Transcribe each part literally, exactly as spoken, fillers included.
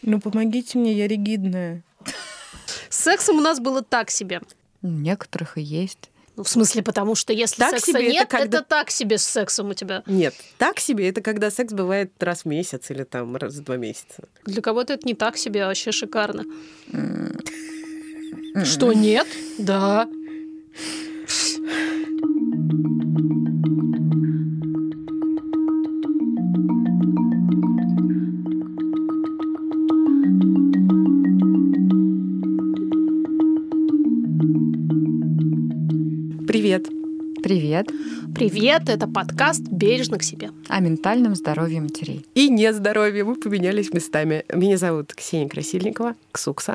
Ну, помогите мне, я ригидная. С сексом у нас было так себе. У некоторых и есть. Ну, в смысле, потому что если так секса себе нет, это, когда... это так себе с сексом у тебя. Нет, так себе это когда секс бывает раз в месяц или там раз в два месяца. Для кого-то это не так себе, а вообще шикарно. Что, нет? Да. Привет. Привет. Привет, это подкаст «Бережно к себе». О ментальном здоровье матерей. И нездоровье. Мы поменялись местами. Меня зовут Ксения Красильникова, Ксукса.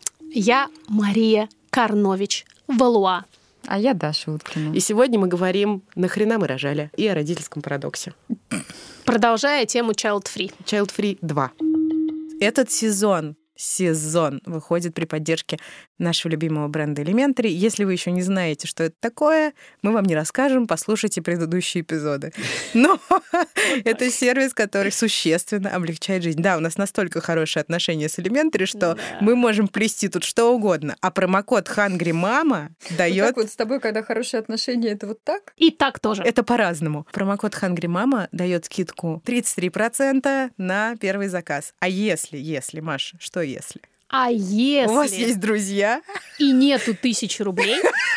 Я Мария Карнович Валуа. А я Даша Уткина. И сегодня мы говорим «Нахрена мы рожали?» и о родительском парадоксе. Продолжая тему Child Free. Child Free два. Этот сезон сезон выходит при поддержке нашего любимого бренда Elementary. Если вы еще не знаете, что это такое, мы вам не расскажем, послушайте предыдущие эпизоды. Но это сервис, который существенно облегчает жизнь. Да, у нас настолько хорошие отношения с Elementary, что мы можем плести тут что угодно. А промокод HungryMama дает... Так вот с тобой, когда хорошие отношения, это вот так? И так тоже. Это по-разному. Промокод HungryMama дает скидку тридцать три процента на первый заказ. А если, если, Маша, что если? А если у вас есть друзья и нету тысячи рублей,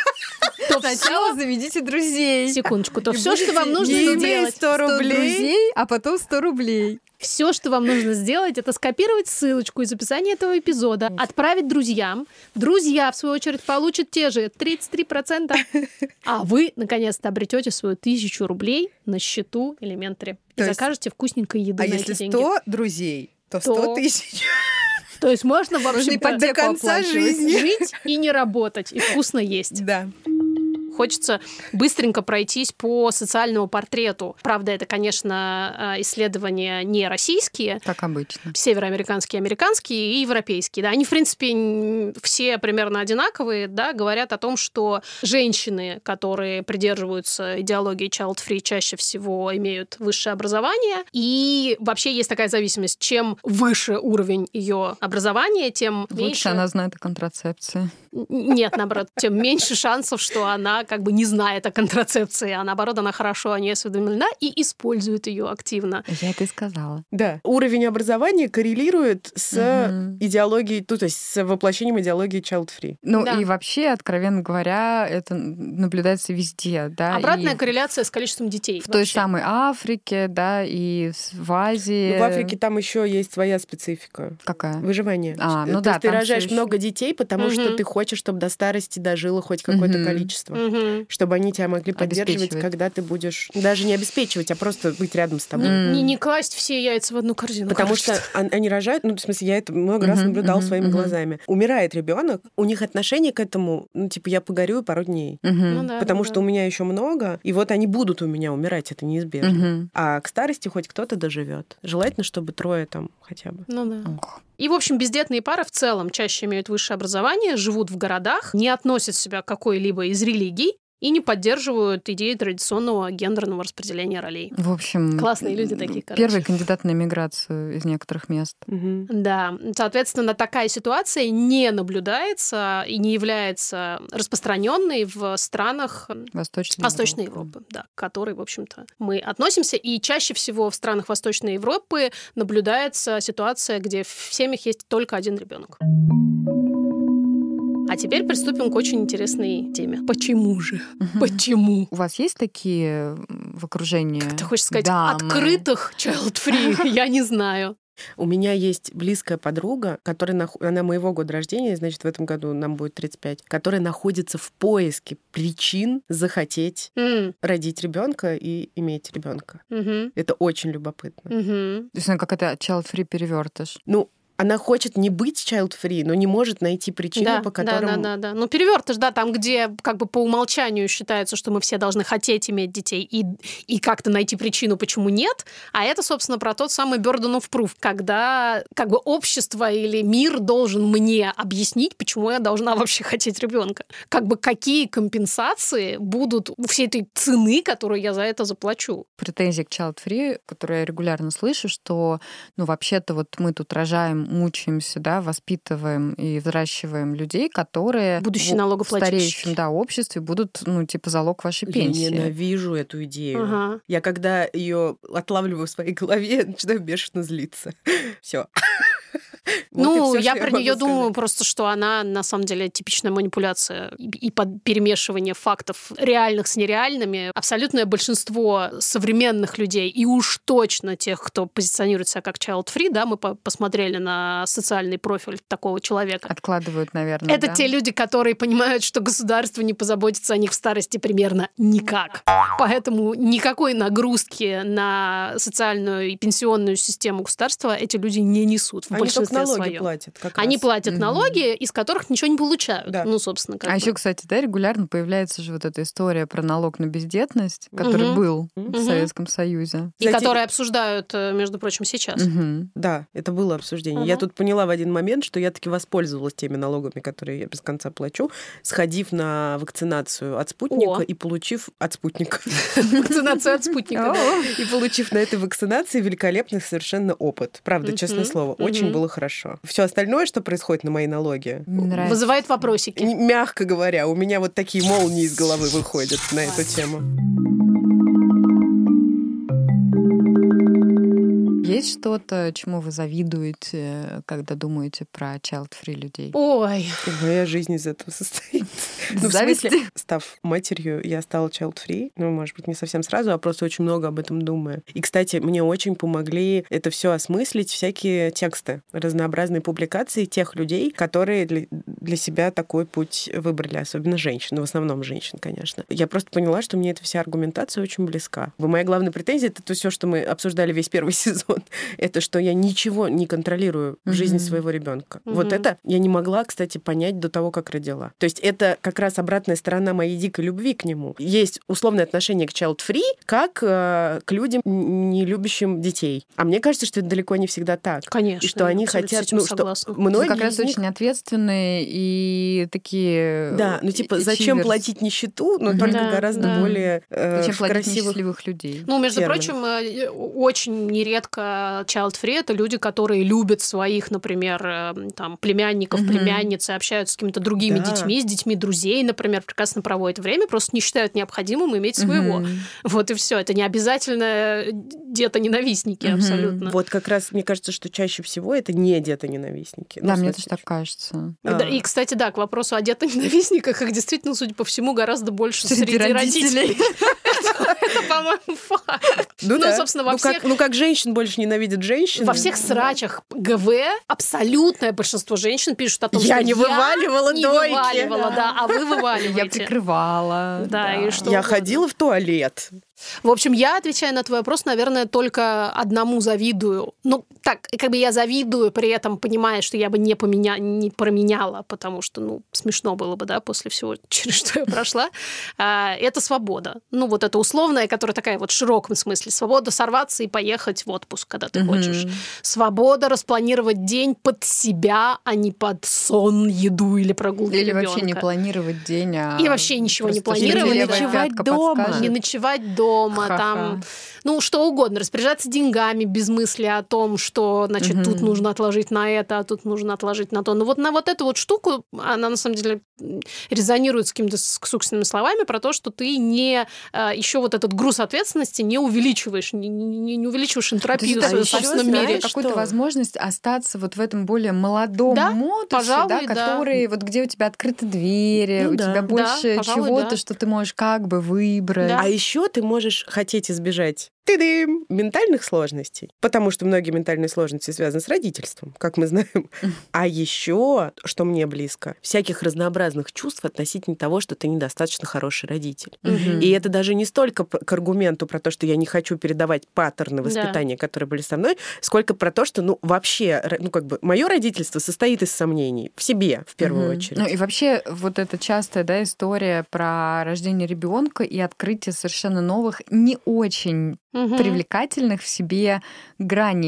то сначала всё... заведите друзей. Секундочку, то все, что вам нужно не сделать, сто рублей, друзей, а потом сто рублей. Все, что вам нужно сделать, это скопировать ссылочку из описания этого эпизода, отправить друзьям. Друзья, в свою очередь, получат те же тридцать три процента. А вы, наконец-то, обретете свою тысячу рублей на счету Elementary. И То есть... закажете вкусненькой еды а на если эти деньги. сто друзей, то сто тысяч. То есть можно, в общем, до конца жизни жить и не работать, и вкусно есть. Да. Хочется быстренько пройтись по социальному портрету. Правда, это, конечно, исследования не российские. Как обычно. Североамериканские, американские и европейские. Да. Они, в принципе, все примерно одинаковые, да, говорят о том, что женщины, которые придерживаются идеологии child free, чаще всего имеют высшее образование. И вообще есть такая зависимость. Чем выше уровень ее образования, тем Лучше меньше... она знает о контрацепции. Нет, наоборот, тем меньше шансов, что она как бы не знает о контрацепции, а наоборот, она хорошо о ней осведомлена и использует ее активно. Я это и сказала. Да. Уровень образования коррелирует с угу. идеологией, ну, то есть с воплощением идеологии child free. Ну да. и вообще, откровенно говоря, это наблюдается везде, да. Обратная и корреляция с количеством детей. В вообще. той самой Африке, да, и в Азии. Но в Африке там еще есть своя специфика. Какая? Выживание. А, ну то да, есть ты рожаешь много детей, потому угу. что ты хочешь, чтобы до старости дожило хоть какое-то угу. количество. Угу. Чтобы они тебя могли поддерживать, когда ты будешь... Даже не обеспечивать, а просто быть рядом с тобой. Не, не, не класть все яйца в одну корзину. Потому кажется. что они рожают, ну, в смысле, я это много раз uh-huh, наблюдала uh-huh, своими uh-huh. глазами. Умирает ребенок, у них отношение к этому, ну, типа, я погорю пару дней. Uh-huh. Ну, да, потому да, что да. у меня еще много, и вот они будут у меня умирать, это неизбежно. Uh-huh. А к старости хоть кто-то доживет. Желательно, чтобы трое там хотя бы. Ну да. Ох. И, в общем, бездетные пары в целом чаще имеют высшее образование, живут в городах, не относят себя к какой-либо из религий и не поддерживают идеи традиционного гендерного распределения ролей. В общем, классные люди такие, короче. Первый кандидат на миграцию из некоторых мест. Угу. Да, соответственно, такая ситуация не наблюдается и не является распространенной в странах Восточной, Восточной Европы. Европы, да, к которой, в общем-то, мы относимся. И чаще всего в странах Восточной Европы наблюдается ситуация, где в семьях есть только один ребенок. А теперь приступим к очень интересной теме. Почему же? Uh-huh. Почему? У вас есть такие в окружении? Как ты хочешь сказать, дамы? Открытых child-free? Я не знаю. У меня есть близкая подруга, которая нах... она моего года рождения, значит, в этом году нам будет тридцать пять, которая находится в поиске причин захотеть mm. родить ребенка и иметь ребенка. Mm-hmm. Это очень любопытно. Mm-hmm. То есть она какая-то child-free перевертыш. Ну, она хочет не быть child-free, но не может найти причину, да, по которым... Да, да, да, да. Ну, перевертыш, да, там, где как бы по умолчанию считается, что мы все должны хотеть иметь детей и, и как-то найти причину, почему нет. А это, собственно, про тот самый burden of proof, когда как бы общество или мир должен мне объяснить, почему я должна вообще хотеть ребенка. Как бы какие компенсации будут у всей этой цены, которую я за это заплачу. Претензии к child-free, которые я регулярно слышу, что, ну, вообще-то вот мы тут рожаем мучаемся, да, воспитываем и взращиваем людей, которые Будущие в, налогоплательщики. в стареющем, да, обществе будут, ну, типа, залог вашей пенсии. Я ненавижу эту идею. Ага. Я когда ее отлавливаю в своей голове, начинаю бешено злиться. Все. Ну, я про нее думаю просто, что она на самом деле типичная манипуляция и под перемешивание фактов реальных с нереальными. Абсолютное большинство современных людей, и уж точно тех, кто позиционирует себя как child-free, да, мы по- посмотрели на социальный профиль такого человека. Откладывают, наверное, Это да. те люди, которые понимают, что государство не позаботится о них в старости примерно никак. Поэтому никакой нагрузки на социальную и пенсионную систему государства эти люди не несут в Они только большинстве налоги своем. платят. Как Они раз. платят Мгм. налоги, из которых ничего не получают. Да. Ну, собственно, как А бы. еще, кстати, да, регулярно появляется же вот эта история про налог на бездетность, который Мгм. был Мгм. в Советском Союзе. И Кстати- которые обсуждают, э, между прочим, сейчас. Мгм. Да, это было обсуждение. Мгм. Я тут поняла в один момент, что я таки воспользовалась теми налогами, которые я без конца плачу, сходив на вакцинацию от спутника О. и получив от спутника. Вакцинация от спутника. да. И получив на этой вакцинации великолепный совершенно опыт. Правда, Мгм. честное слово, очень Мгм. было хорошо. Все остальное, что происходит на мои налоги, Не нравится. Вызывает вопросики. н- мягко говоря, у меня вот такие молнии из головы выходят на эту тему. Есть что-то, чему вы завидуете, когда думаете про child-free людей? Ой, Моя жизнь из этого состоит. Ну, в Зависти? смысле, став матерью, я стала child-free. Ну, может быть, не совсем сразу, а просто очень много об этом думаю. И, кстати, мне очень помогли это все осмыслить всякие тексты, разнообразные публикации тех людей, которые для, для себя такой путь выбрали, особенно женщин, ну, в основном женщин, конечно. Я просто поняла, что мне эта вся аргументация очень близка. Моя главная претензия — это все, что мы обсуждали весь первый сезон, это что я ничего не контролирую в жизни Мгм. своего ребенка. Мгм. Вот это я не могла, кстати, понять до того, как родила. То есть это как раз обратная сторона моей дикой любви к нему. Есть условное отношение к child-free как э, к людям, н- не любящим детей. А мне кажется, что это далеко не всегда так. конечно. И что они я абсолютно с хотят, этим ну, что согласна. Вы многие как раз из них- очень ответственные и такие... Да, ну типа, зачем achievers. платить нищету, но Мгм. только Да, гораздо да. более э, Зачем в платить красивых... несчастливых людей? Ну, между термин. прочим, э, очень нередко child-free — это люди, которые любят своих, например, э, там, племянников, Мгм. племянниц, и общаются с какими-то другими Да. детьми, с детьми друзей, например, прекрасно проводят время, просто не считают необходимым иметь своего. Мгм. Вот и все. Это не обязательно детоненавистники Мгм. абсолютно. Вот как раз мне кажется, что чаще всего это не детоненавистники. Ну, Да, в мне смысле, тоже так кажется. И, да, А. и, кстати, да, к вопросу о детоненавистниках, их действительно, судя по всему, гораздо больше Среди среди, родителей. родителей. Это, по-моему, факт. Ну, Ну, да. собственно, во ну, всех- как, ну как женщин больше ненавидят женщины. Во всех срачах ГВ абсолютное большинство женщин пишут о том, Я что не вываливала не дойки. вываливала, да, а вы Я вываливаете. прикрывала. Да, и что Я угодно. ходила в туалет. В общем, я, отвечая на твой вопрос, наверное, только одному завидую. Ну, так, и как бы я завидую, при этом понимая, что я бы не, поменя... не променяла, потому что, ну, смешно было бы, да, после всего, через что я прошла. А, Это свобода. Ну, вот это условная, которая такая вот в широком смысле. Свобода сорваться и поехать в отпуск, когда ты Мгм. хочешь. Свобода распланировать день под себя, а не под сон, еду или прогулки Или ребёнка. вообще не планировать день, а... И вообще ничего не просто планировать, левая да. пятка Ночевать дома. подскажет. Не ночевать дома, Ха-ха. там, ну, что угодно, распоряжаться деньгами без мысли о том, что, значит, Мгм. тут нужно отложить на это, а тут нужно отложить на то. Но вот на вот эту вот штуку, она, на самом деле, резонирует с какими-то собственными словами про то, что ты не еще вот этот груз ответственности не увеличиваешь, не, не- не увеличиваешь энтропию То в есть своем это ещё, собственном знаешь, мире. что? какую-то возможность остаться вот в этом более молодом Да, модусе, пожалуй, да, да. который вот где у тебя открыты двери, Ну у да. тебя Да, больше пожалуй, чего-то, да. что ты можешь как бы выбрать. Да. А еще ты можешь хотеть избежать ты-дым, ментальных сложностей, потому что многие ментальные сложности связаны с родительством, как мы знаем. А еще, что мне близко, всяких разнообразных чувств относительно того, что ты недостаточно хороший родитель. Мгм. И это даже не столько п- к аргументу про то, что я не хочу передавать паттерны воспитания, которые были со мной, сколько про то, что, ну, вообще, р- ну, как бы, мое родительство состоит из сомнений в себе, в первую Мгм. очередь. Ну и вообще вот эта частая, да, история про рождение ребенка и открытие совершенно новых, не очень Мгм. привлекательных в себе граней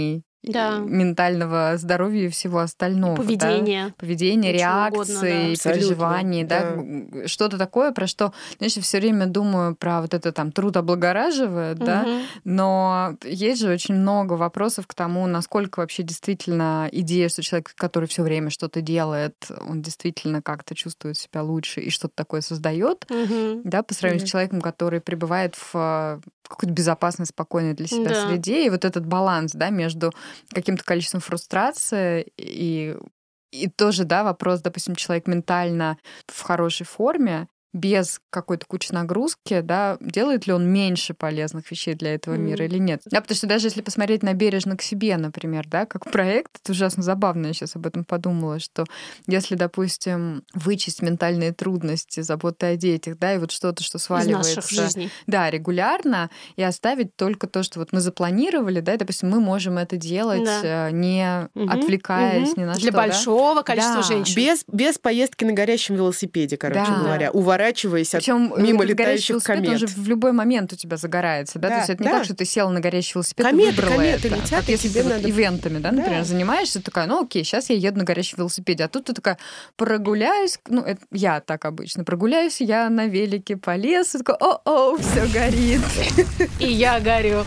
Да. ментального здоровья и всего остального. Поведение. Да? Поведение, Очень реакции, угодно, да. переживаний. Да? Да. Что-то такое, про что, знаешь, я все время думаю про вот это там труд облагораживает, да? Мгм. Но есть же очень много вопросов к тому, насколько вообще действительно идея, что человек, который все время что-то делает, он действительно как-то чувствует себя лучше и что-то такое создает, Мгм. да, по сравнению Мгм. с человеком, который пребывает в какой-то безопасной, спокойной для себя Да. среде. И вот этот баланс, да, между каким-то количеством фрустрации и, и тоже, да, вопрос, допустим, человек ментально в хорошей форме, без какой-то кучи нагрузки, да, делает ли он меньше полезных вещей для этого Мгм. мира или нет. Да, потому что даже если посмотреть на «Бережно к себе», например, да, как проект, это ужасно забавно, я сейчас об этом подумала, что если, допустим, вычесть ментальные трудности, заботы о детях, да, и вот что-то, что Из сваливается... наших жизней. Да, регулярно, и оставить только то, что вот мы запланировали, да, и, допустим, мы можем это делать, Да. э, не Мгм. отвлекаясь Мгм. ни на Для что, да. большого количества Да. женщин. Без, без поездки на горящем велосипеде, короче Да. говоря, уворачиваясь от Причем мимо горящий летающих велосипед, он комет. же в любой момент у тебя загорается, да? Да, То есть это не да. так, что ты села на горящий велосипед Кометы, и выбрала кометы это. летят, Как и если тебе ты вот надо- ивентами, да, например, Да. занимаешься, ты такая, ну окей, сейчас я еду на горящем велосипеде, а тут ты такая, прогуляюсь, ну это я так обычно, прогуляюсь я на велике по лесу, такая, о-о, все горит. И я горю.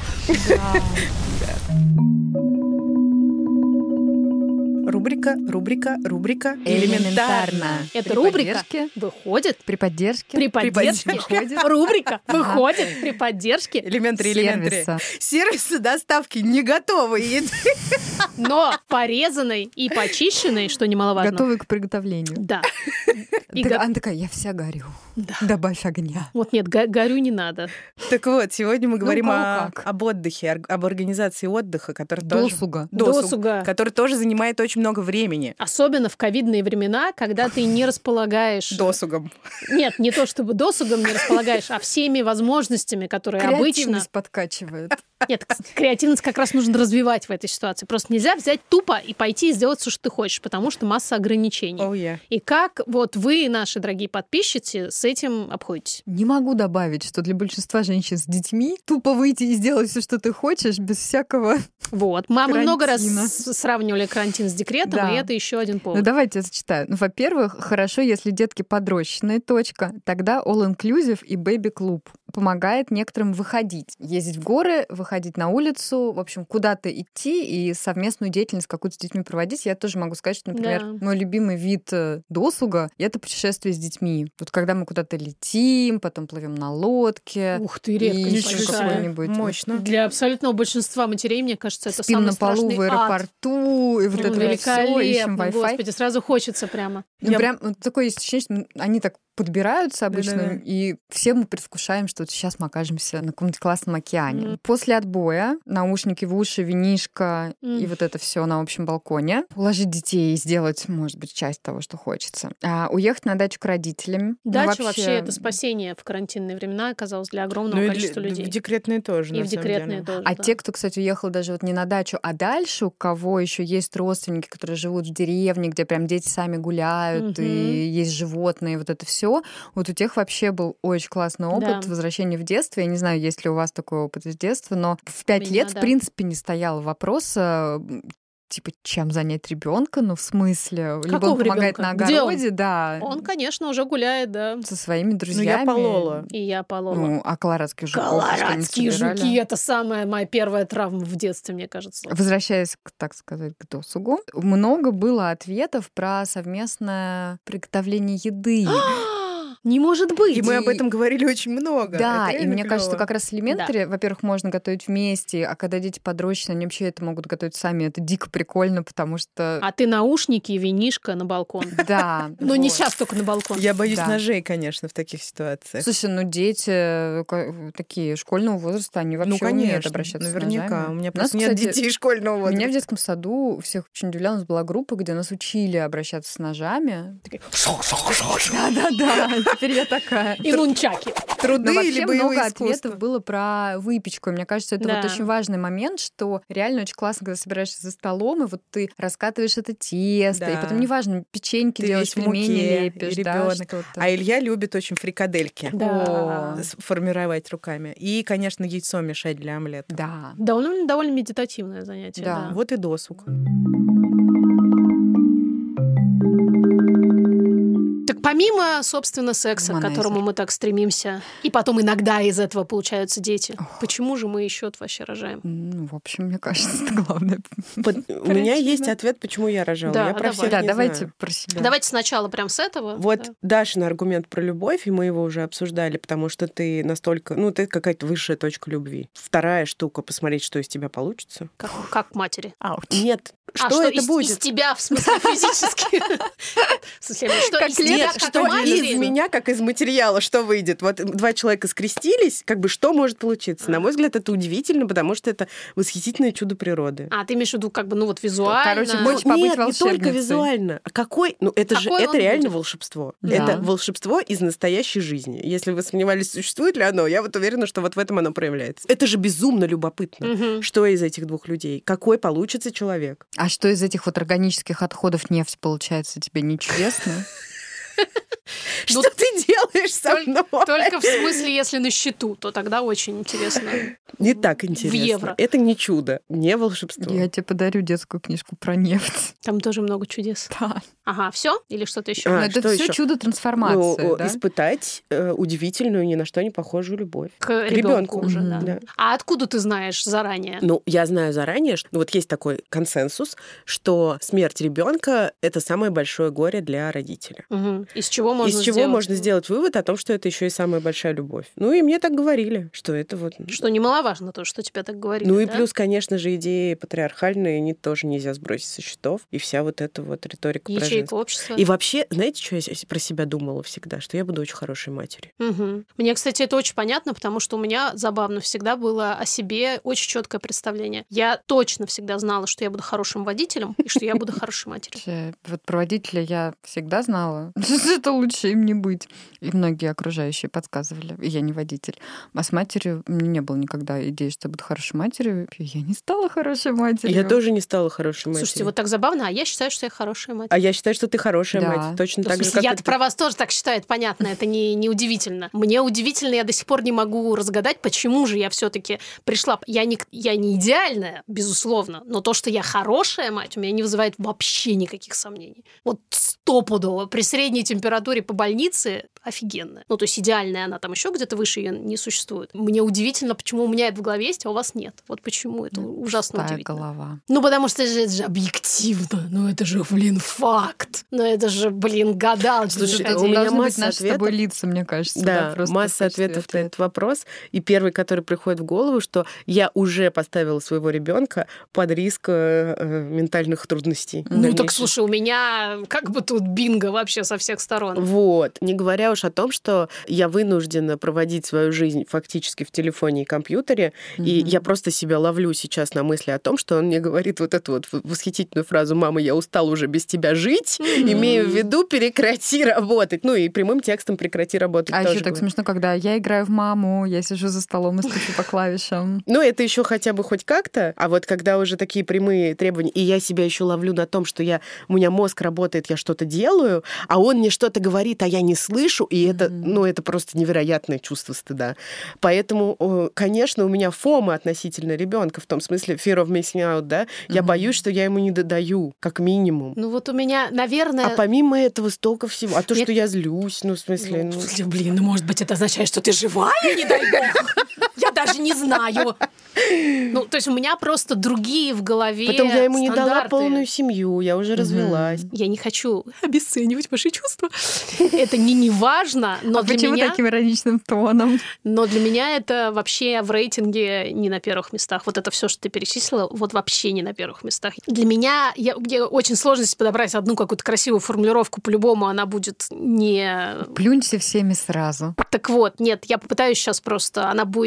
Рубрика, рубрика, рубрика Элементарно. Эта При рубрика поддержке. выходит При поддержке. при поддержке. Выходит. Рубрика Ага. выходит при поддержке, Элементари, элементари. Сервиса. Сервисы доставки не готовы. еды. но порезанной и почищенной, что немаловажно. Готовы к приготовлению. Да. И Так, го- Она такая, я вся горю. Да. Добавь огня. Вот нет, го- горю не надо. Так вот, сегодня мы говорим кого о- как. об отдыхе, ор- об организации отдыха, который тоже... Досуга. Досуг, Досуга. который тоже занимает очень много времени. Особенно в ковидные времена, когда ты не располагаешь... Досугом. Нет, не то чтобы досугом не располагаешь, а всеми возможностями, которые обычно... Креативность подкачивает. Нет, к- креативность как раз нужно развивать в этой ситуации. Просто нельзя взять тупо и пойти и сделать все, что ты хочешь, потому что масса ограничений. Oh, yeah. И как вот вы, наши дорогие подписчицы, с этим обходитесь? Не могу добавить, что для большинства женщин с детьми тупо выйти и сделать все, что ты хочешь, без всякого... Вот. Мамы много раз Карантина. с- сравнивали карантин с декретом, Да. и это еще один повод. Ну, давайте я зачитаю. Ну, во-первых, хорошо, если детки подрощенные, точка. Тогда all-inclusive и baby-клуб помогает некоторым выходить. Ездить в горы, выходить на улицу, в общем, куда-то идти и совместную деятельность какую-то с детьми проводить. Я тоже могу сказать, что, например, Да. мой любимый вид э, досуга — это путешествие с детьми. Вот когда мы куда-то летим, потом плывем на лодке, Ух ты, и редкость ещё большая. какой-нибудь. Мощно. Для абсолютного большинства матерей, мне кажется, это Спим самый на полу страшный в ад. аэропорту, и вот Ну, это вот все, ищем великолепно, Wi-Fi. господи, сразу хочется прямо. Ну, Я- прям вот такое есть ощущение, что они так подбираются обычно, Да-да-да. и все мы предвкушаем, что вот сейчас мы окажемся на каком-то классном океане. Мгм. После отбоя наушники в уши, винишко и М. вот это все на общем балконе. Уложить детей и сделать, может быть, часть того, что хочется. А, уехать на дачу к родителям. Ну, Дача вообще... это спасение в карантинные времена оказалось для огромного Ну и количества для- людей. в декретные тоже, И на в самом декретные деле. тоже. А да. те, кто, кстати, уехал даже вот не на дачу, а дальше, у кого еще есть родственники, которые живут в деревне, где прям дети сами гуляют, Мгм. и есть животные, вот это все, вот у тех вообще был очень классный опыт Да. возвращения в детство. Я не знаю, есть ли у вас такой опыт из детства, но в пять меня, лет, да. в принципе, не стоял вопрос, э, типа, чем занять ребенка, ну, в смысле, либо Какого он помогает ребёнка? на Где он? огороде, да, Он, конечно, уже гуляет, да. со своими Ну, друзьями. я полола. И я полола. Ну, а колорадских жуков что, не Колорадские собирали? жуки — это самая моя первая травма в детстве, мне кажется. Возвращаясь, к, так сказать, к досугу, много было ответов про совместное приготовление еды. Не может быть! И мы об этом говорили очень много. Да, Это и реально мне кажется, клёво. как раз элементаре, во-первых, можно готовить вместе, а когда дети подрощенные, они вообще это могут готовить сами. Это дико прикольно, потому что... А ты наушники и винишко на балкон. Да. Ну, не вот. сейчас только на балкон. Я боюсь Да. ножей, конечно, в таких ситуациях. Слушай, ну дети э, ка- такие школьного возраста, они вообще ну, конечно, умеют обращаться наверняка. с ножами. У меня У нас, просто нет кстати, детей школьного возраста. Меня в детском саду всех очень удивляло, у нас была группа, где нас учили обращаться с ножами. Да-да-да. теперь я такая. И нунчаки. Труды Но или вообще боевые много искусства? ответов было про выпечку. И мне кажется, это Да. вот очень важный момент, что реально очень классно, когда собираешься за столом, и вот ты раскатываешь это тесто, Да. и потом неважно, печеньки Ты делаешь, весь в муке, пельмени и лепишь, да, ребёнок. что-то. А Илья любит очень фрикадельки Да. с- формировать руками. И, конечно, яйцо мешать для омлета. Да. Довольно, довольно медитативное занятие. Да. Да. Вот и досуг. Так помимо, собственно, секса, к Вуманайзер. которому мы так стремимся, и потом иногда из этого получаются дети, почему же мы еще вообще рожаем? Ну, в общем, мне кажется, это главное. Под- У меня есть ответ, почему я рожала. Да, Я про давай. всех Да, не давайте знаю. про себя. Давайте сначала прям с этого. Вот да. Дашин аргумент про любовь, и мы его уже обсуждали, потому что ты настолько... Ну, ты какая-то высшая точка любви. Вторая штука — посмотреть, что из тебя получится. Как, как матери. Нет, что, а что это из, будет? из тебя, в смысле, физически? В смысле, что Как из тебя, клетка, как Что матери? из меня, как из материала, что выйдет? Вот два человека скрестились, как бы что может получиться? На мой взгляд, это удивительно, потому что это восхитительное чудо природы. А, ты имеешь в виду как бы, ну вот визуально? Короче, Ну, хочешь побыть нет, не только волшебницей? визуально. А какой? Ну, это же Какой это он реально будет? волшебство. Да. Это волшебство из настоящей жизни. Если вы сомневались, существует ли оно, я вот уверена, что вот в этом оно проявляется. Это же безумно любопытно. Мгм. Что из этих двух людей? Какой получится человек? А что из этих вот органических отходов нефть получается, тебе не чудесно? Ну, Что ты делаешь со толь- мной? Только в смысле, если на счету, то тогда очень интересно. Не так интересно. евро. Это не чудо, не волшебство. Я тебе подарю детскую книжку про нефть. Там тоже много чудес. Да. Ага, все? Или что-то еще? А, Но это что все ещё? чудо трансформации, Ну, да? испытать э, удивительную, ни на что не похожую любовь. К ребёнку. ребенку уже, Мгм. да. Да. А откуда ты знаешь заранее? Ну, я знаю заранее, что ну, вот есть такой консенсус, что смерть ребенка это самое большое горе для родителя. Мгм. Из чего можно Из чего сделать? можно сделать вывод о том, что это еще и самая большая любовь. Ну и мне так говорили, что это вот. Что немаловажно то, что тебя так говорили. Ну и да? плюс, конечно же, идеи патриархальные, они тоже нельзя сбросить со счетов. И вся вот эта вот риторика про Ячейка женское. общества. И вообще, знаете, что я с- про себя думала всегда? Что я буду очень хорошей матерью. Мгм. Мне, кстати, это очень понятно, потому что у меня забавно всегда было о себе очень четкое представление. Я точно всегда знала, что я буду хорошим водителем и что я буду хорошей матерью. Вообще, Вот про родителя я всегда знала, что это лучше им не быть. И многие окружающие подсказывали. И я не водитель. А с матерью у меня не было никогда идеи, что я буду хорошей матерью. И я не стала хорошей матерью. Я тоже не стала хорошей матерью. Слушайте, вот так забавно, а я считаю, что я хорошая мать. А я считаю, что ты хорошая Да. мать. Точно Ну, в так же, смысле, как я и ты. про вас тоже так считаю, это понятно, это не, не удивительно. Мне удивительно, я до сих пор не могу разгадать, почему же я все-таки пришла. Я не, я не идеальная, безусловно, но то, что я хорошая мать, у меня не вызывает вообще никаких сомнений. Вот стопудово. При средней температуре по больнице офигенно. Ну, то есть идеальная она там еще где-то выше ее не существует. Мне удивительно, почему у меня это в голове есть, а у вас нет. Вот почему это ужасно Пустая удивительно. голова. Ну, потому что это же, это же объективно. Ну, это же, блин, факт. Ну, это же, блин, гадалки. Слушай, Это у меня должны быть масса наши с тобой ответов. лица, мне кажется. Да, просто масса в качестве ответов на ответа. этот вопрос. И первый, который приходит в голову, что я уже поставила своего ребенка под риск э, э, ментальных трудностей. Ну, так, дальнейших. слушай, у меня как бы тут бинго вообще со всех сторон. Вот. Не говоря уж о том, что я вынуждена проводить свою жизнь фактически в телефоне и компьютере, и Мгм. я просто себя ловлю сейчас на мысли о том, что он мне говорит вот эту вот восхитительную фразу «Мама, я устал уже без тебя жить», Мгм. имею в виду «прекрати работать». Ну и прямым текстом «прекрати работать» А тоже еще так говорю. смешно, когда я играю в маму, я сижу за столом и стучу по клавишам. Ну, это еще хотя бы хоть как-то, а вот когда уже такие прямые требования, и я себя еще ловлю на том, что я, у меня мозг работает, я что-то делаю, а он мне что-то говорит, а я не слышу, и это, ну, это просто невероятное чувство стыда. Поэтому, о, конечно, у меня фома относительно ребенка, в том смысле fear of missing out, да, я Мгм. боюсь, что я ему не додаю, как минимум. Ну, вот у меня, наверное... А помимо этого столько всего. А то, Мне- что я злюсь, ну, в смысле... Ну, ну, блин, ну, может быть, это означает, что ты живая, не дай бог. Я даже не знаю. Ну, то есть у меня просто другие в голове Потом я ему не дала стандарты. полную семью, я уже развелась. Я не хочу обесценивать ваши чувства. Это не неважно, но А для почему меня... таким ироничным тоном? Но для меня это вообще в рейтинге не на первых местах. Вот это все, что ты перечислила, вот вообще не на первых местах. Для меня я, мне очень сложно здесь подобрать одну какую-то красивую формулировку. По-любому она будет не... Плюньте всеми сразу. Так вот, нет, я попытаюсь сейчас просто... Она будет не идеальной,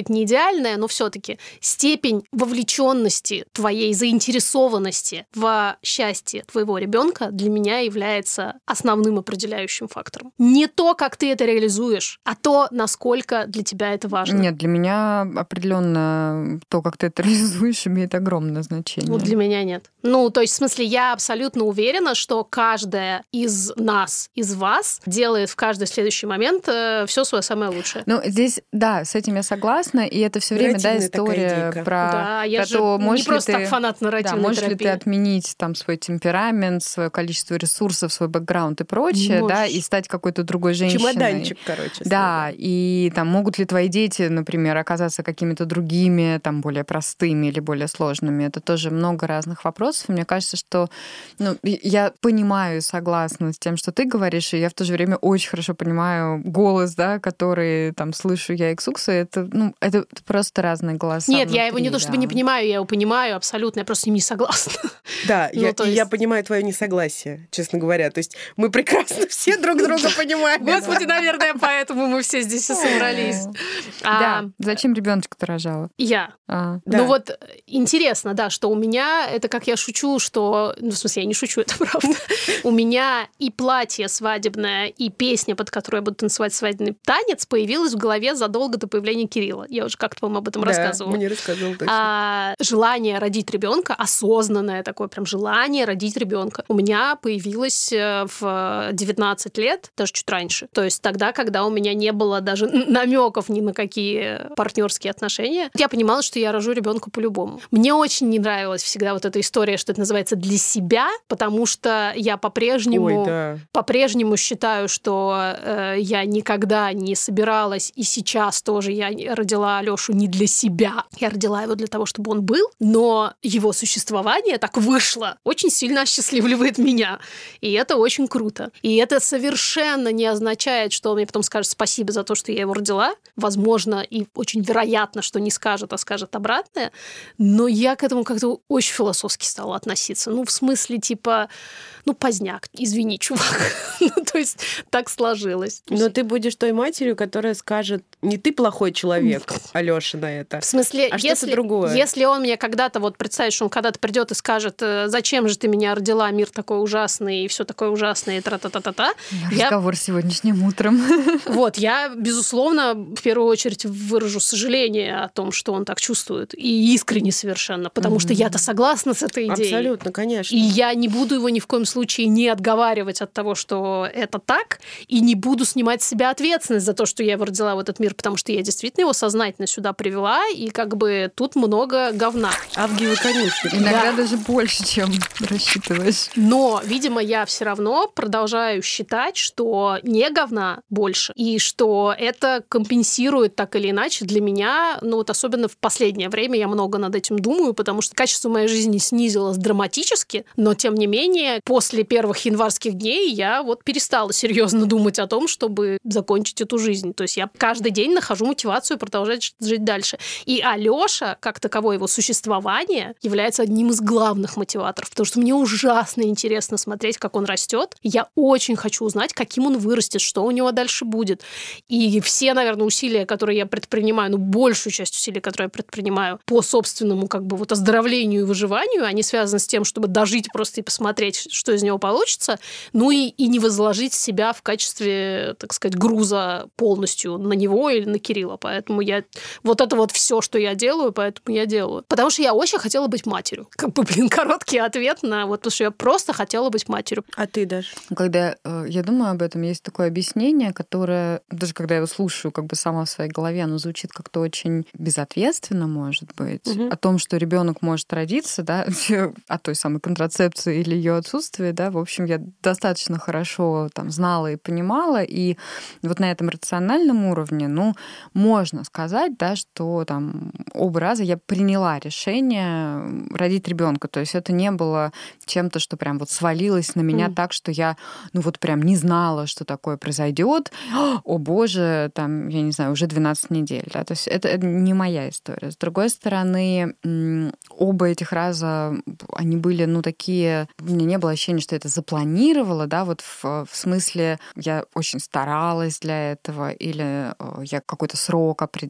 нереальное, но все-таки степень вовлеченности твоей заинтересованности в счастье твоего ребенка для меня является основным определяющим фактором. Не то, как ты это реализуешь, а то, насколько для тебя это важно. Нет, для меня определенно то, как ты это реализуешь, имеет огромное значение. Вот для меня нет. Ну, то есть, в смысле, я абсолютно уверена, что каждая из нас, из вас делает в каждый следующий момент э, все свое самое лучшее. Ну, здесь, да, с этим я согласна, и это все время, да, история про, да, я про же то, можешь не просто ли так ты, фанат нарративной да, можешь терапии. ли ты отменить там свой темперамент, свое количество ресурсов, свой бэкграунд и прочее, Можешь. да, и стать какой-то другой женщиной. Чемоданчик, короче. Да, и там могут ли твои дети, например, оказаться какими-то другими, там, более простыми или более сложными. Это тоже много разных вопросов. И мне кажется, что ну, я понимаю и согласна с тем, что ты говоришь, и я в то же время очень хорошо понимаю голос, да, который там слышу я и Ксукса. Это, ну, это просто разные голоса. Нет, внутри, я его не то чтобы да. не понимаю, я его понимаю абсолютно, я просто с ним не согласна. Да, Ну, я, то и есть- я понимаю твое несогласие, честно говоря. То есть мы прекрасно все друг друга понимаем. Господи, наверное, поэтому мы все здесь и собрались. А, Да, зачем ребеночка-то рожала? Я. А. Да. Ну вот интересно, да, что у меня, это как я шучу, что... Ну, в смысле, я не шучу, это правда. У меня и платье свадебное, и песня, под которую я буду танцевать свадебный танец, появилась в голове задолго до появления Кирилла. Я уже как-то вам об этом Да, рассказывала. мне рассказывал точно. А, желание родить ребенка, осознанное такое прям желание родить ребенка, у меня появилось э, в девятнадцать лет, даже чуть раньше. То есть тогда, когда у меня не было даже намеков ни на какие партнерские отношения, я понимала, что я рожу ребенка по-любому. Мне очень не нравилась всегда вот эта история, что это называется для себя, потому что я по-прежнему, Ой, да. по-прежнему считаю, что э, я никогда не собиралась, и сейчас тоже я родила Алёшу не для себя. Я родила его для того, чтобы он был, но его существование так вышло, очень сильно осчастливливает меня. И это очень круто. И это совершенно не означает, что он мне потом скажет спасибо за то, что я его родила. Возможно, и очень вероятно, что не скажет, а скажет обратное. Но я к этому как-то очень философски стала относиться. Ну, в смысле, типа, ну, поздняк, извини, чувак. Ну, то есть так сложилось. Но ты будешь той матерью, которая скажет, не ты плохой человек, Алёша, на это. В смысле, А если, что-то другое. если он мне когда-то, вот представить, что он когда-то придет и скажет, э, зачем же ты меня родила, мир такой ужасный, и все такое ужасное, и тра-та-та-та-та. Я, Разговор сегодняшним утром. вот, я, безусловно, в первую очередь выражу сожаление о том, что он так чувствует. И искренне совершенно, потому что я-то согласна с этой идеей. Абсолютно, конечно. И я не буду его ни в коем случае не отговаривать от того, что это так, и не буду снимать с себя ответственность за то, что я его родила в этот мир, потому что я действительно его сознательно сюда привела, и как бы тут много говна. Авгиевы конюшни. Иногда Да. даже больше, чем рассчитываешь. Но, видимо, я все равно продолжаю считать, что не говна больше, и что это компенсирует так или иначе для меня, ну вот особенно в последнее время я много над этим думаю, потому что качество моей жизни снизилось драматически, но тем не менее после первых январских дней я вот перестала серьезно думать о том, чтобы закончить эту жизнь. То есть я каждый день нахожу мотивацию продолжать жить дальше. И Алёша, как таковое его существование, является одним из главных мотиваторов, потому что мне ужасно интересно смотреть, как он растет. Я очень хочу узнать, каким он вырастет, что у него дальше будет. И все, наверное, усилия, которые я предпринимаю, ну, большую часть усилий, которые я предпринимаю по собственному как бы вот оздоровлению и выживанию, они связаны с тем, чтобы дожить просто и посмотреть, что из него получится, ну и, и не возложить себя в качестве, так сказать, груза полностью на него или на Кирилла. Поэтому я... Вот это вот все, что я делаю, поэтому я делаю. Потому что я очень хотела быть матерью. Как бы, блин, короткий ответ на вот, потому что я просто хотела быть матерью. А ты, Даш? Когда э, я думаю об этом, есть такое объяснение, которое, даже когда я его слушаю как бы сама в своей голове, оно звучит как-то очень безответственно, может быть, Мгм. о том, что ребенок может родиться, да, о той самой контрацепции или ее отсутствии, да, в общем, я достаточно хорошо там знала и понимала, и вот на этом рациональном уровне, ну, можно сказать, да, что там оба раза я приняла решение родить ребенка, то есть это не было чем-то, что прям вот свалилось на меня Мгм. так, что я, ну вот прям не знала, что такое произойдет. О боже, там, я не знаю, уже двенадцать недель, да, то есть это, это не моя история. С другой стороны, м, оба этих раза, они были, ну, такие, у меня не было ощущения, что я это запланировала, да, вот в, в смысле, я очень старалась для этого, или э, я какой-то срок определяла,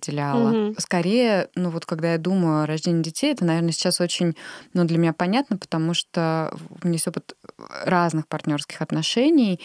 сказала. Мгм. Скорее, ну вот когда я думаю о рождении детей, это, наверное, сейчас очень, ну, для меня понятно, потому что у меня есть опыт разных партнерских отношений,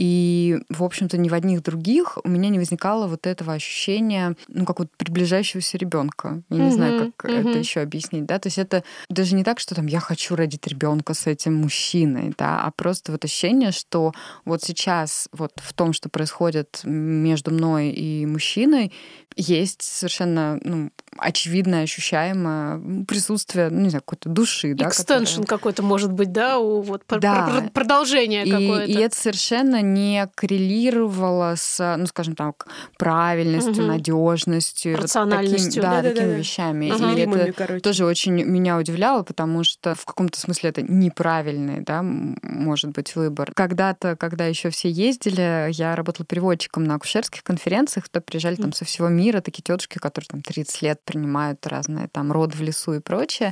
и, в общем-то, ни в одних других у меня не возникало вот этого ощущения, ну, как вот приближающегося ребенка. Я не Мгм, знаю, как мгм. это еще объяснить, да. То есть это даже не так, что там я хочу родить ребенка с этим мужчиной, да, а просто вот ощущение, что вот сейчас вот в том, что происходит между мной и мужчиной, есть совершенно, ну, очевидно ощущаемое присутствие, ну, не знаю, какой-то души, да, Экстеншн которая- какой-то может быть, да, у вот пр- Да. пр- пр- продолжение И, какое-то. и это совершенно не коррелировало с, ну, скажем так, правильностью, Мгм. надежностью, вот Рациональностью. таким- да, Да-да-да-да. такими вещами. И Измеримыми, это короче. тоже очень меня удивляло, потому что в каком-то смысле это неправильный, да, м- может быть, выбор. Когда-то, когда еще все ездили, я работала переводчиком на акушерских конференциях, то приезжали там со всего мира такие тетушки, которые там тридцать лет принимают разные там роды в лесу и прочее.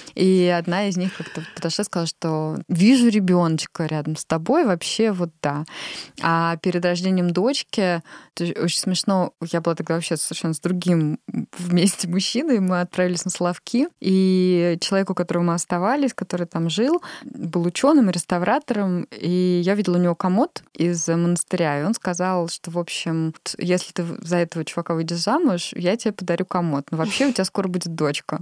И одна из них как-то подошла и сказала, что вижу ребеночка рядом с тобой, вообще вот да. А перед рождением дочки, это очень смешно, я была тогда вообще совершенно с другим вместе мужчиной, мы отправились на Соловки, и человек, у которого мы оставались, который там жил, был ученым и реставратором, и я видела у него комод из монастыря, и он сказал, что, в общем, если ты за этого чувака выйдешь замуж, я тебе подарю комод. Но вообще у тебя скоро будет дочка.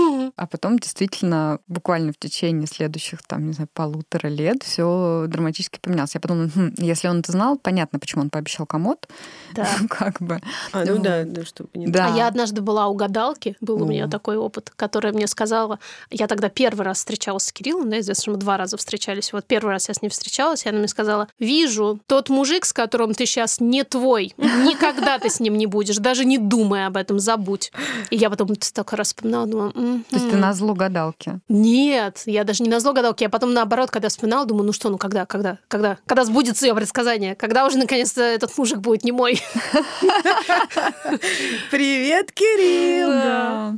А потом действительно буквально в течение следующих, там, не знаю, полутора лет все драматически поменялось. Я подумала, хм, если он это знал, понятно, почему он пообещал комод. Да. Как бы. А, ну Вот. да, да, чтобы не Да. А я однажды была у гадалки, был у меня О. такой опыт, которая мне сказала, я тогда первый раз встречалась с Кириллом, да, известно, что мы два раза встречались. Вот первый раз я с ней встречалась, и она мне сказала, вижу, тот мужик, с которым ты сейчас, не твой, никогда ты с ним не будешь, даже не думай об этом, забудь. И я потом столько раз вспоминала, думала, «М-м». То есть ты назло гадалки. Нет, я даже не назло гадалки, я потом наоборот, когда вспоминала, думаю, ну что, ну когда, когда, когда, когда сбудется ее предсказание, когда уже наконец-то этот мужик будет не мой. Привет, Кирилл! Да.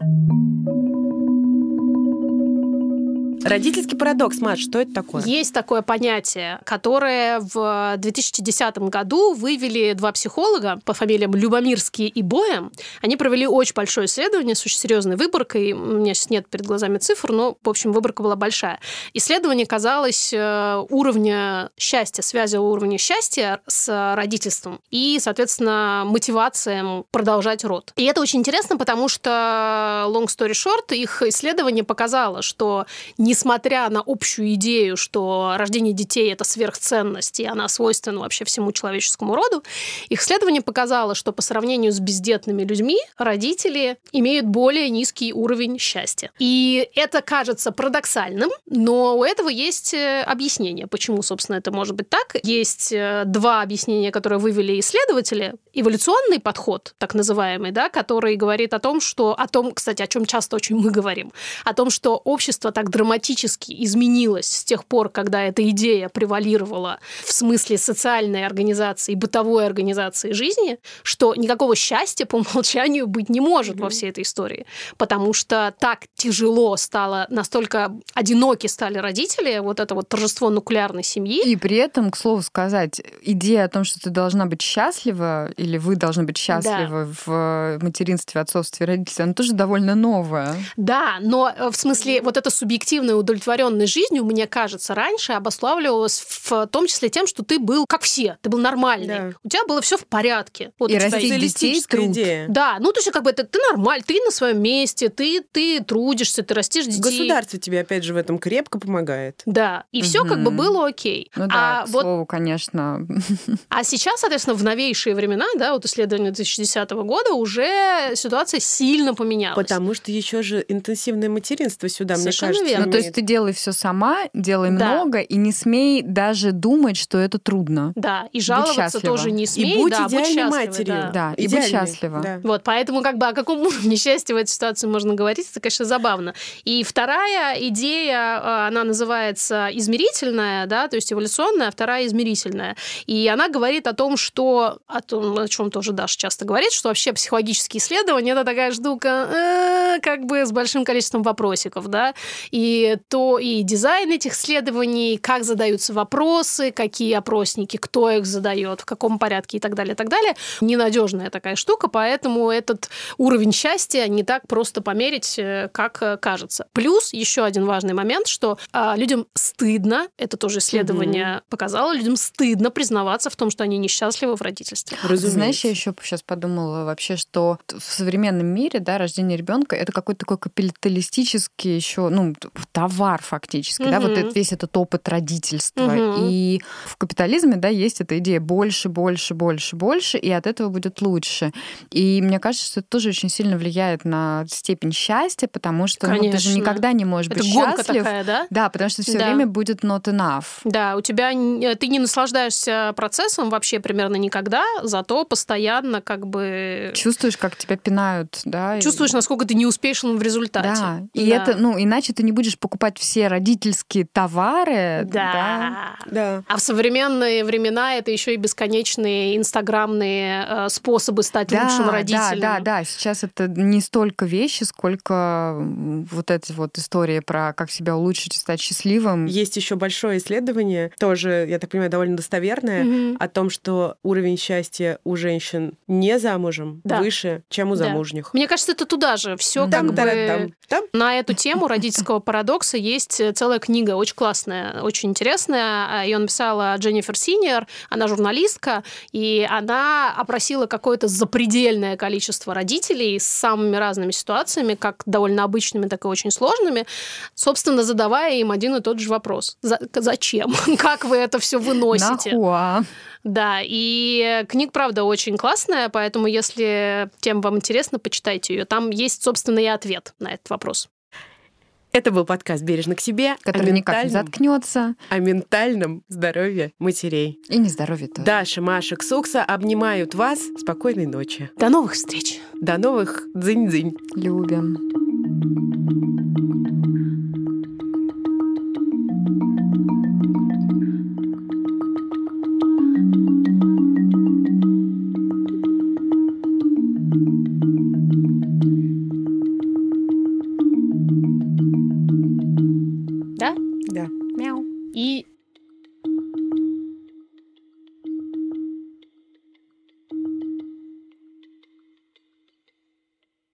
Родительский парадокс, Маш, что это такое? Есть такое понятие, которое в две тысячи десятом году вывели два психолога по фамилиям Любомирский и Боем. Они провели очень большое исследование с очень серьезной выборкой. У меня сейчас нет перед глазами цифр, но, в общем, выборка была большая. Исследование казалось уровня счастья, связи уровня счастья с родительством и, соответственно, мотивацией продолжать род. И это очень интересно, потому что, long story short, их исследование показало, что несмотря на общую идею, что рождение детей – это сверхценность, и она свойственна вообще всему человеческому роду, их исследование показало, что по сравнению с бездетными людьми родители имеют более низкий уровень счастья. И это кажется парадоксальным, но у этого есть объяснение, почему, собственно, это может быть так. Есть два объяснения, которые вывели исследователи. Эволюционный подход, так называемый, да, который говорит о том, что, о том, кстати, о чем часто очень мы говорим, о том, что общество так драматически изменилось с тех пор, когда эта идея превалировала в смысле социальной организации, бытовой организации жизни, что никакого счастья по умолчанию быть не может mm-hmm. во всей этой истории. Потому что так тяжело стало, настолько одиноки стали родители, вот это вот торжество нуклеарной семьи. И при этом, к слову сказать, идея о том, что ты должна быть счастлива, или вы должны быть счастливы да. в материнстве, отцовстве, родительстве, она тоже довольно новая. Да, но в смысле вот эта субъективная удовлетворенность жизнью, мне кажется, раньше обуславливалась в том числе тем, что ты был как все, ты был нормальный. Да. У тебя было все в порядке. Вот и растить детей труд. Идея. Да, ну то есть как бы это ты нормальный, ты на своем месте, ты, ты трудишься, ты растишь детей. Государство тебе, опять же, в этом крепко помогает. Да, и угу. все как бы было окей. Ну да, а к вот... слову, конечно. А сейчас, соответственно, в новейшие времена, да, вот исследование две тысячи десятого года, уже ситуация сильно поменялась. Потому что еще же интенсивное материнство сюда, совершенно мне кажется. Верно. Ну, то есть ты делай все сама, делай да. много, и не смей даже думать, что это трудно. Да, и жаловаться тоже не смей. И будь да, идеальной будь матерью. Да, да и будь счастлива. Да. Вот, поэтому как бы о каком уровне счастья в этой ситуации можно говорить, это, конечно, забавно. И вторая идея, она называется измерительная, да, то есть эволюционная, а вторая измерительная. И она говорит о том, что о том, о чем тоже Даша часто говорит, что вообще психологические исследования — это такая штука э, как бы с большим количеством вопросиков, да, и то и дизайн этих исследований, как задаются вопросы, какие опросники, кто их задает, в каком порядке и так далее, и так далее. Ненадежная такая штука, поэтому этот уровень счастья не так просто померить, как кажется. Плюс еще один важный момент, что а, людям стыдно, это тоже исследование mm-hmm. показало, людям стыдно признаваться в том, что они несчастливы в родительстве. Разумеется. Знаешь, я еще сейчас подумала вообще, что в современном мире, да, рождение ребенка это какой-то такой капиталистический еще, ну, товар фактически, mm-hmm. да, вот это, весь этот опыт родительства. Mm-hmm. И в капитализме, да, есть эта идея больше, больше, больше, больше, и от этого будет лучше. И мне кажется, что это тоже очень сильно влияет на степень счастья, потому что ну, ты же никогда не можешь это быть гонка счастлив. Такая, да? Да, потому что все да. время будет not enough. Да, у тебя ты не наслаждаешься процессом вообще примерно никогда, зато постоянно как бы чувствуешь, как тебя пинают, да? Чувствуешь, насколько ты неуспешен в результате. Да. И да. это, ну, иначе ты не будешь покупать все родительские товары. Да. Да. да. А в современные времена это еще и бесконечные инстаграмные э, способы стать да, лучшим родителем. Да, да, да. Сейчас это не столько вещи, сколько вот эти вот истории про как себя улучшить и стать счастливым. Есть еще большое исследование, тоже, я так понимаю, довольно достоверное, mm-hmm. о том, что уровень счастья у женщин не замужем да. выше, чем у замужних. Да. Мне кажется, это туда же. Все там, как там, бы... там, там. На эту тему родительского парадокса есть целая книга, очень классная, очень интересная. Ее написала Дженнифер Синьер, она журналистка, и она опросила какое-то запредельное количество родителей с самыми разными ситуациями, как довольно обычными, так и очень сложными, собственно, задавая им один и тот же вопрос. Зачем? Как вы это все выносите? Нахуа? Да, и книга, правда, очень классная, поэтому, если тем вам интересно, почитайте ее. Там есть, собственно, и ответ на этот вопрос. Это был подкаст «Бережно к себе», который никак не заткнется. О ментальном здоровье матерей. И нездоровье тоже. Даша, Маша, Ксукса обнимают вас. Спокойной ночи. До новых встреч. До новых дзынь-дзынь. Любим. Да? Да. Мяу. И